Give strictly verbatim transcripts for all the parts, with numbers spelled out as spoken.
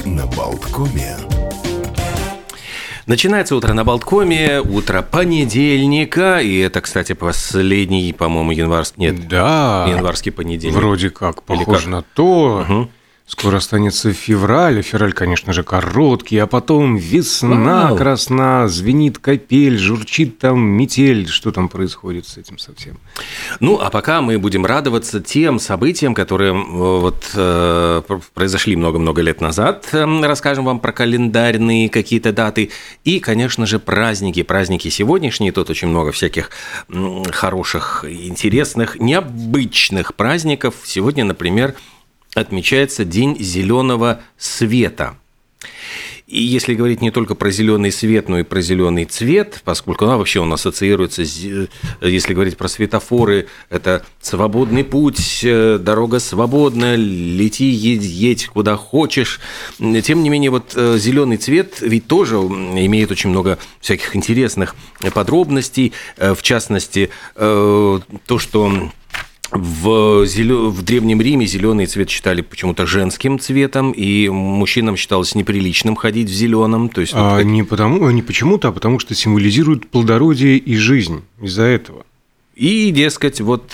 на Болткоме. Начинается утро на Болткоме, утро понедельника, и это, кстати, последний, по-моему, январский, нет, да, январский понедельник. Вроде как, похоже как? на то. Угу. Скоро останется февраль, февраль, конечно же, короткий, а потом весна, Вау. красна, звенит капель, журчит там метель. Что там происходит с этим совсем? Ну, а пока мы будем радоваться тем событиям, которые вот, э, произошли много-много лет назад. Расскажем вам про календарные какие-то даты и, конечно же, праздники. Праздники сегодняшние, тут очень много всяких хороших, интересных, необычных праздников. Сегодня, например, отмечается День зеленого света. И если говорить не только про зеленый свет, но и про зеленый цвет, поскольку она вообще он ассоциируется, если говорить про светофоры, это свободный путь, дорога свободна, лети, едь, едь куда хочешь. Тем не менее, вот зеленый цвет ведь тоже имеет очень много всяких интересных подробностей, в частности, то, что В, зелё... в Древнем Риме зеленый цвет считали почему-то женским цветом, и мужчинам считалось неприличным ходить в зеленом. То есть, а вот... не, потому... не почему-то, а потому что символизирует плодородие и жизнь из-за этого. И, дескать, вот...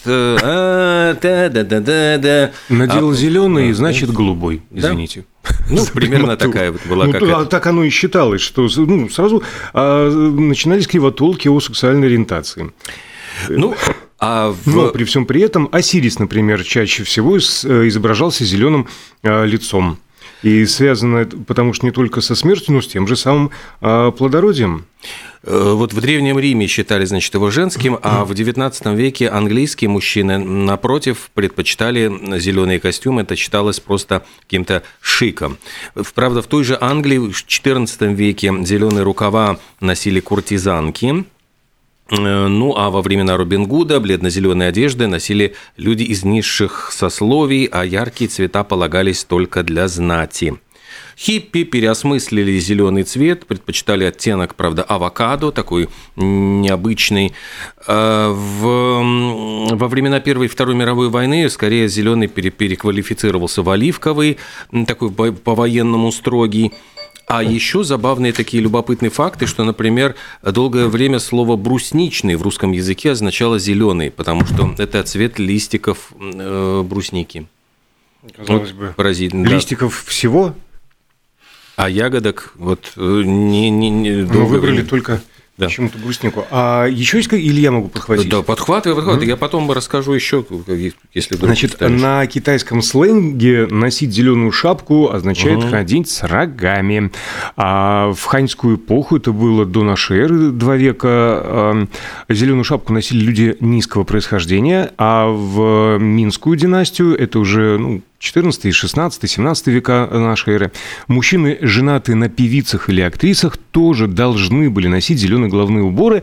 А, да, да, да, да, да. Надел а... зеленый, значит, голубой, извините. Да? Ну, примерно такая вот была ну, какая-то. Так оно и считалось, что ну, сразу а, начинались кривотолки о сексуальной ориентации. Ну... А в... Но при всем при этом Осирис, например, чаще всего изображался зеленым лицом. И связано это, потому что не только со смертью, но с тем же самым плодородием. Вот в Древнем Риме считали, значит, его женским, а в девятнадцатом веке английские мужчины, напротив, предпочитали зеленые костюмы. Это считалось просто каким-то шиком. Правда, в той же Англии в четырнадцатом веке зеленые рукава носили куртизанки. Ну, а во времена Робин Гуда бледно-зеленые одежды носили люди из низших сословий, а яркие цвета полагались только для знати. Хиппи переосмыслили зеленый цвет, предпочитали оттенок, правда, авокадо, такой необычный. В... Во времена Первой и Второй мировой войны скорее зеленый переквалифицировался в оливковый, такой по-военному строгий. А еще забавные такие любопытные факты, что, например, долгое время слово «брусничный» в русском языке означало «зеленый», потому что это цвет листиков брусники. Казалось вот, бы, поразительно. Листиков да. всего? А ягодок вот не... не, не Мы выбрали время. только... Да. Почему-то бруснику. А еще есть, или я могу подхватить? Да, подхватывай, подхватывай. Mm-hmm. Я потом расскажу еще, если вдруг Значит, ставишь. На китайском сленге носить зеленую шапку означает mm-hmm. ходить с рогами. А в ханьскую эпоху, это было до нашей эры, два века, зеленую шапку носили люди низкого происхождения, а в Минскую династию, это уже... Ну, четырнадцатый, шестнадцатый, семнадцатый века нашей эры, мужчины, женатые на певицах или актрисах, тоже должны были носить зеленые головные уборы.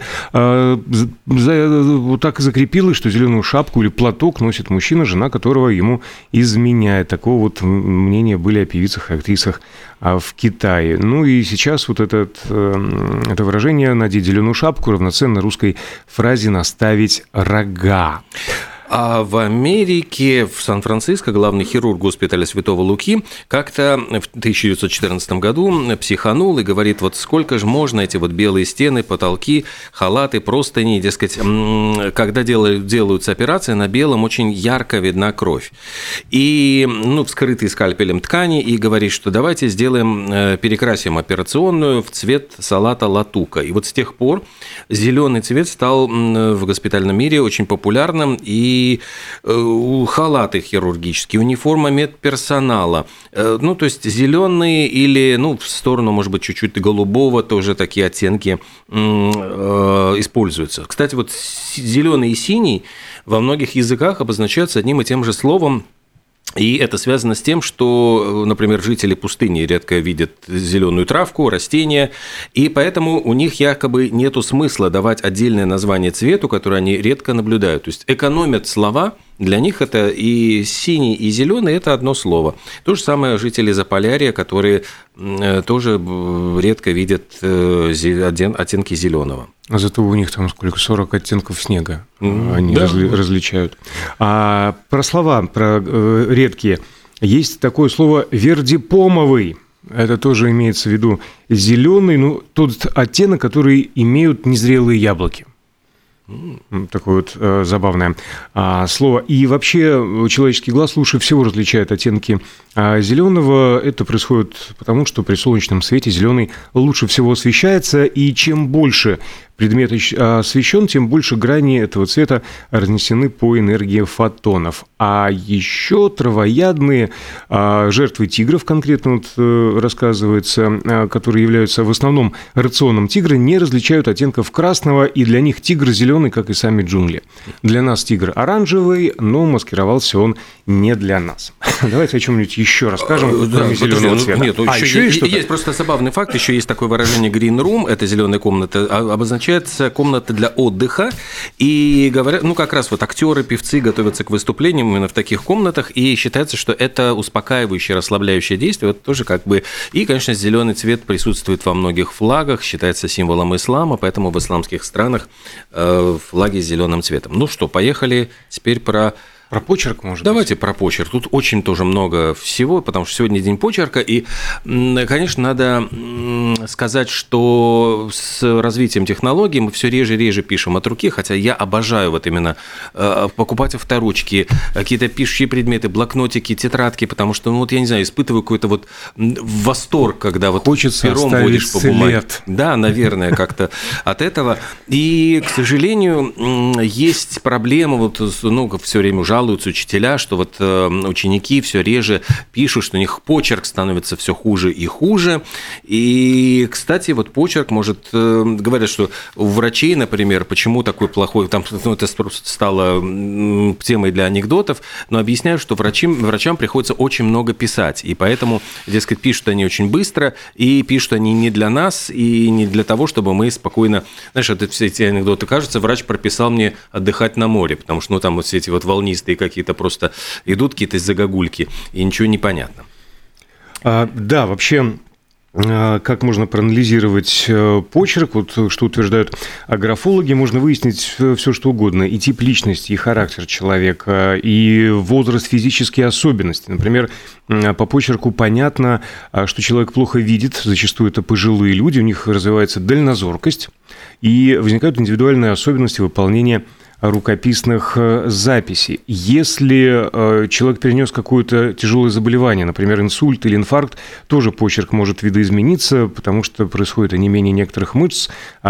Вот так и закрепилось, что зеленую шапку или платок носит мужчина, жена которого ему изменяет. Такого вот мнения были о певицах и актрисах в Китае. Ну и сейчас вот этот, это выражение «надеть зеленую шапку» равноценно русской фразе «наставить рога». А в Америке, в Сан-Франциско, главный хирург госпиталя Святого Луки как-то в тысяча девятьсот четырнадцатом году психанул и говорит, вот сколько же можно эти вот белые стены, потолки, халаты, простыни, дескать, когда делают, делаются операции, на белом очень ярко видна кровь. И, ну, вскрытые скальпелем ткани, и говорит, что давайте сделаем, перекрасим операционную в цвет салата латука. И вот с тех пор зеленый цвет стал в госпитальном мире очень популярным, и И халаты хирургические, униформа медперсонала. Ну, то есть зеленые или, ну, в сторону, может быть, чуть-чуть голубого тоже такие оттенки используются. Кстати, вот зеленый и синий во многих языках обозначаются одним и тем же словом. И это связано с тем, что, например, жители пустыни редко видят зеленую травку, растения, и поэтому у них якобы нету смысла давать отдельное название цвету, которое они редко наблюдают. То есть экономят слова, для них это и синий, и зеленый – это одно слово. То же самое жители Заполярья, которые тоже редко видят оттенки зеленого. А зато у них там сколько, сорок оттенков снега они да. разли, различают. А про слова, про редкие, есть такое слово «вердипомовый». Это тоже имеется в виду зеленый, ну, тот оттенок, который имеют незрелые яблоки. Такое вот э, забавное а, слово. И вообще человеческий глаз лучше всего различает оттенки а зеленого. Это происходит потому, что при солнечном свете зеленый лучше всего освещается, и чем больше предмет освещен, тем больше грани этого цвета разнесены по энергии фотонов. А еще травоядные жертвы тигров, конкретно вот рассказывается, которые являются в основном рационом тигра, не различают оттенков красного, и для них тигр зеленый, как и сами джунгли. Для нас тигр оранжевый, но маскировался он не для нас. Давайте о чем-нибудь еще расскажем, кроме зеленого цвета. Нет, а, еще есть, есть просто забавный факт, еще есть такое выражение green room, это зеленая комната, обозначает комната для отдыха, и говорят, ну, как раз вот актеры, певцы готовятся к выступлениям именно в таких комнатах, и считается, что это успокаивающее, расслабляющее действие, вот тоже как бы, и, конечно, зеленый цвет присутствует во многих флагах, считается символом ислама, поэтому в исламских странах э, флаги с зеленым цветом. Ну что, поехали теперь про... Про почерк, может Давайте быть? про почерк. Тут очень тоже много всего, потому что сегодня день почерка, и, конечно, надо сказать, что с развитием технологий мы все реже и реже пишем от руки, хотя я обожаю вот именно покупать авторучки, какие-то пишущие предметы, блокнотики, тетрадки, потому что, ну, вот я не знаю, испытываю какой-то вот восторг, когда вот хочется пером водишь по бумаге. След. Да, наверное, как-то от этого. И, к сожалению, есть проблема, вот, ну, все время ужасная, жалуются учителя, что вот э, ученики все реже пишут, что у них почерк становится все хуже и хуже. И, кстати, вот почерк может... Э, говорят, что у врачей, например, почему такой плохой... Там, ну, это стало темой для анекдотов, но объясняют, что врачи, врачам приходится очень много писать, и поэтому, дескать, пишут они очень быстро, и пишут они не для нас, и не для того, чтобы мы спокойно... Знаешь, это все эти анекдоты, кажется, врач прописал мне отдыхать на море, потому что, ну, там вот все эти вот волнистые какие-то просто идут, какие-то загогульки, и ничего не понятно. А, да, вообще, как можно проанализировать почерк, вот что утверждают графологи, можно выяснить все, что угодно, и тип личности, и характер человека, и возраст, физические особенности. Например, по почерку понятно, что человек плохо видит, зачастую это пожилые люди, у них развивается дальнозоркость, и возникают индивидуальные особенности выполнения рукописных записей. Если человек перенес какое-то тяжелое заболевание, например, инсульт или инфаркт, тоже почерк может видоизмениться, потому что происходит онемение некоторых мышц,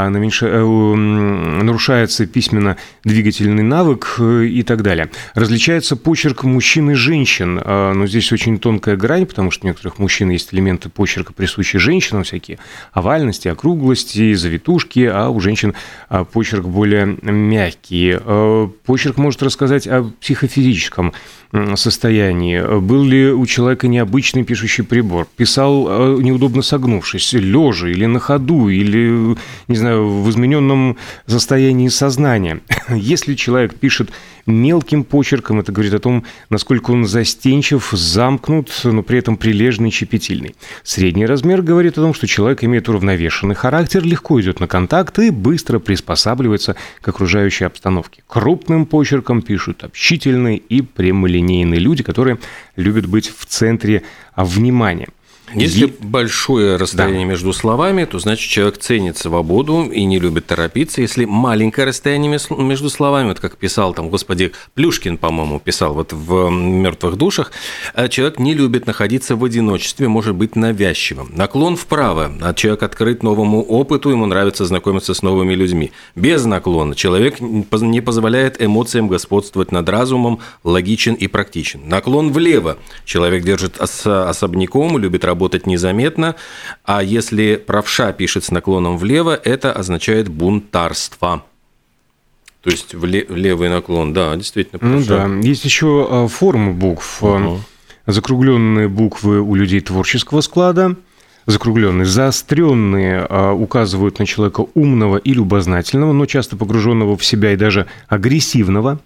нарушается письменно-двигательный навык и так далее. Различается почерк мужчин и женщин, но здесь очень тонкая грань, потому что у некоторых мужчин есть элементы почерка, присущие женщинам, всякие овальности, округлости, завитушки, а у женщин почерк более мягкий. Почерк может рассказать о психофизическом состоянии. Был ли у человека необычный пишущий прибор? Писал неудобно согнувшись, лежа или на ходу, или, не знаю, в измененном состоянии сознания. Если человек пишет мелким почерком, это говорит о том, насколько он застенчив, замкнут, но при этом прилежный и щепетильный. Средний размер говорит о том, что человек имеет уравновешенный характер, легко идет на контакт и быстро приспосабливается к окружающей обстановке. Крупным почерком пишут общительные и прямолинейные люди, которые любят быть в центре внимания. Если е... большое расстояние да. между словами, то значит человек ценит свободу и не любит торопиться. Если маленькое расстояние между словами, вот как писал там, господи, Плюшкин, по-моему, писал вот в «Мертвых душах», человек не любит находиться в одиночестве, может быть навязчивым. Наклон вправо, а человек открыт новому опыту, ему нравится знакомиться с новыми людьми. Без наклона человек не позволяет эмоциям господствовать над разумом, логичен и практичен. Наклон влево, человек держит особняком, любит работать работать незаметно, а если правша пишет с наклоном влево, это означает бунтарство. То есть левый наклон, да, действительно. Правша. Ну да, есть еще формы букв. Угу. Закругленные буквы у людей творческого склада, закругленные, заостренные указывают на человека умного и любознательного, но часто погруженного в себя и даже агрессивного.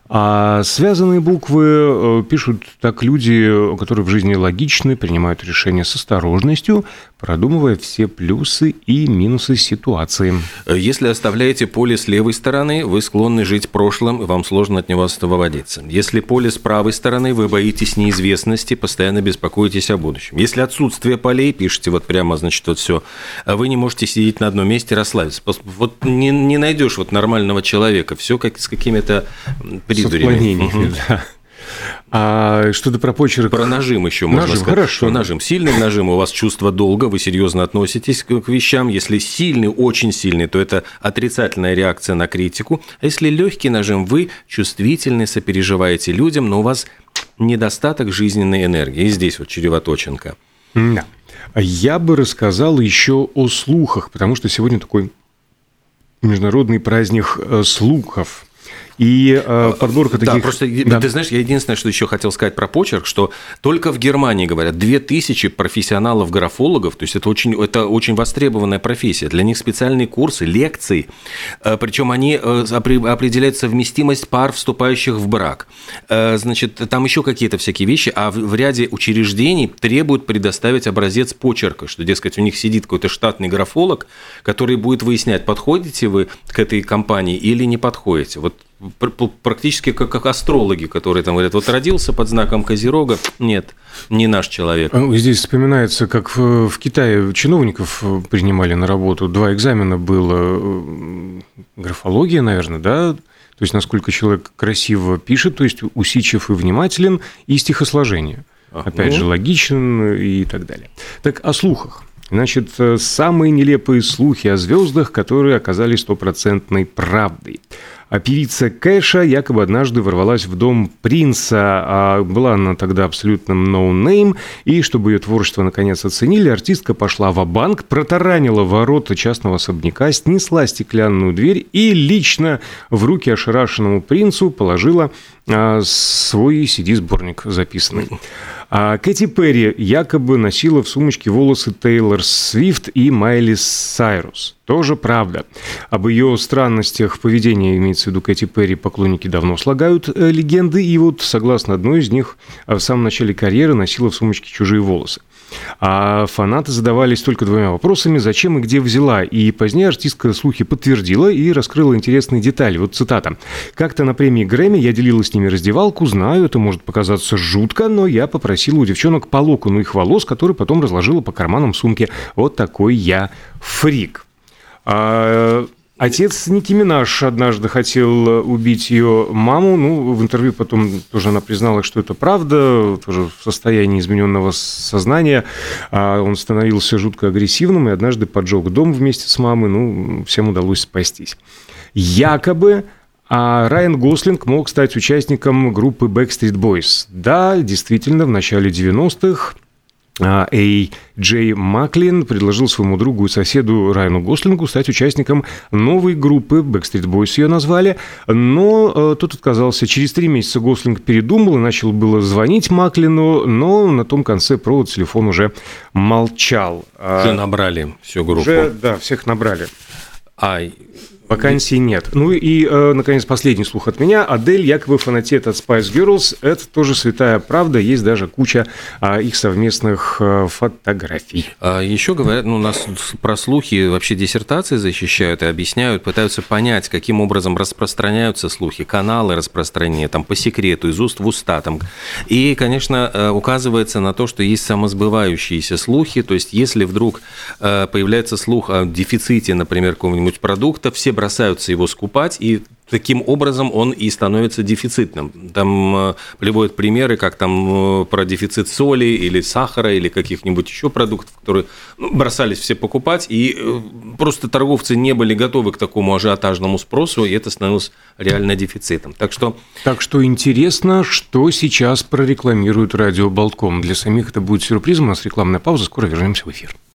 А связанные буквы пишут так люди, которые в жизни логичны, принимают решения с осторожностью, продумывая все плюсы и минусы ситуации. Если оставляете поле с левой стороны, вы склонны жить прошлым, и вам сложно от него освободиться. Если поле с правой стороны, вы боитесь неизвестности, постоянно беспокоитесь о будущем. Если отсутствие полей, пишите вот прямо, значит, вот все, вы не можете сидеть на одном месте, расслабиться. Вот не, не найдешь вот нормального человека, все как с какими-то придурями. Угу. Да. А что-то про почерк? Про нажим еще можно нажим, сказать. Хорошо. Нажим. Сильный нажим, у вас чувство долга, вы серьезно относитесь к вещам. Если сильный, очень сильный, то это отрицательная реакция на критику. А если легкий нажим, вы чувствительны, сопереживаете людям, но у вас недостаток жизненной энергии. И здесь вот червоточинка. Да. Я бы рассказал еще о слухах, потому что сегодня такой международный праздник слухов. И э, подборка таких... Да, просто, да. Ты знаешь, я единственное, что еще хотел сказать про почерк, что только в Германии, говорят, две тысячи профессионалов-графологов, то есть это очень, это очень востребованная профессия, для них специальные курсы, лекции, причем они определяют совместимость пар, вступающих в брак. Значит, там еще какие-то всякие вещи, а в ряде учреждений требуют предоставить образец почерка, что, дескать, у них сидит какой-то штатный графолог, который будет выяснять, подходите вы к этой компании или не подходите. Вот практически как, как астрологи, которые там говорят, вот родился под знаком Козерога, нет, не наш человек. Здесь вспоминается, как в, в Китае чиновников принимали на работу, два экзамена было, графология, наверное, да, то есть насколько человек красиво пишет, то есть усидчив и внимателен, и стихосложение, а, опять ну... же, логичен и так далее. Так, о слухах. Значит, самые нелепые слухи о звездах, которые оказались стопроцентной правдой. А певица Кэша якобы однажды ворвалась в дом принца, а была она тогда абсолютно no-name, и чтобы ее творчество наконец оценили, артистка пошла ва-банк, протаранила ворота частного особняка, снесла стеклянную дверь и лично в руки ошарашенному принцу положила а, свой си ди-сборник записанный. А Кэти Перри якобы носила в сумочке волосы Тейлор Свифт и Майли Сайрус. Тоже правда. Об ее странностях поведения, имеется в виду Кэти Перри, поклонники давно слагают э, легенды, и вот, согласно одной из них, в самом начале карьеры носила в сумочке чужие волосы. А фанаты задавались только двумя вопросами: зачем и где взяла. И позднее артистка слухи подтвердила и раскрыла интересные детали. Вот цитата. «Как-то на премии Грэмми я делила с ними раздевалку. Знаю, это может показаться жутко, но я попросила у девчонок по локону их волос, которые потом разложила по карманам сумки. Вот такой я фрик». А... Отец Ники Минаж однажды хотел убить ее маму. Ну, в интервью потом тоже она признала, что это правда, тоже в состоянии измененного сознания. Он становился жутко агрессивным и однажды поджег дом вместе с мамой. Ну, всем удалось спастись. Якобы а Райан Гослинг мог стать участником группы Backstreet Boys. Да, действительно, в начале девяностых Эй Джей Маклин предложил своему другу и соседу Райану Гослингу стать участником новой группы, Backstreet Boys ее назвали, но э, тот отказался. Через три месяца Гослинг передумал и начал было звонить Маклину, но на том конце провод телефон уже молчал. Уже набрали всю группу. Уже, да, всех набрали. Ай... Вакансий нет. Ну и, э, наконец, последний слух от меня. Адель якобы фанатеет от Spice Girls. Это тоже святая правда. Есть даже куча э, их совместных э, фотографий. А еще говорят, ну, у нас про слухи вообще диссертации защищают и объясняют, пытаются понять, каким образом распространяются слухи, каналы распространения, там, по секрету, из уст в уста. Там. И, конечно, указывается на то, что есть самосбывающиеся слухи. То есть, если вдруг э, появляется слух о дефиците, например, какого-нибудь продукта, все бросаются его скупать, и таким образом он и становится дефицитным. Там приводят примеры, как там про дефицит соли или сахара, или каких-нибудь еще продуктов, которые ну, бросались все покупать, и просто торговцы не были готовы к такому ажиотажному спросу, и это становилось реально дефицитом. Так что... Так что интересно, что сейчас прорекламирует радио Болтком. Для самих это будет сюрпризом. У нас рекламная пауза, скоро вернемся в эфир.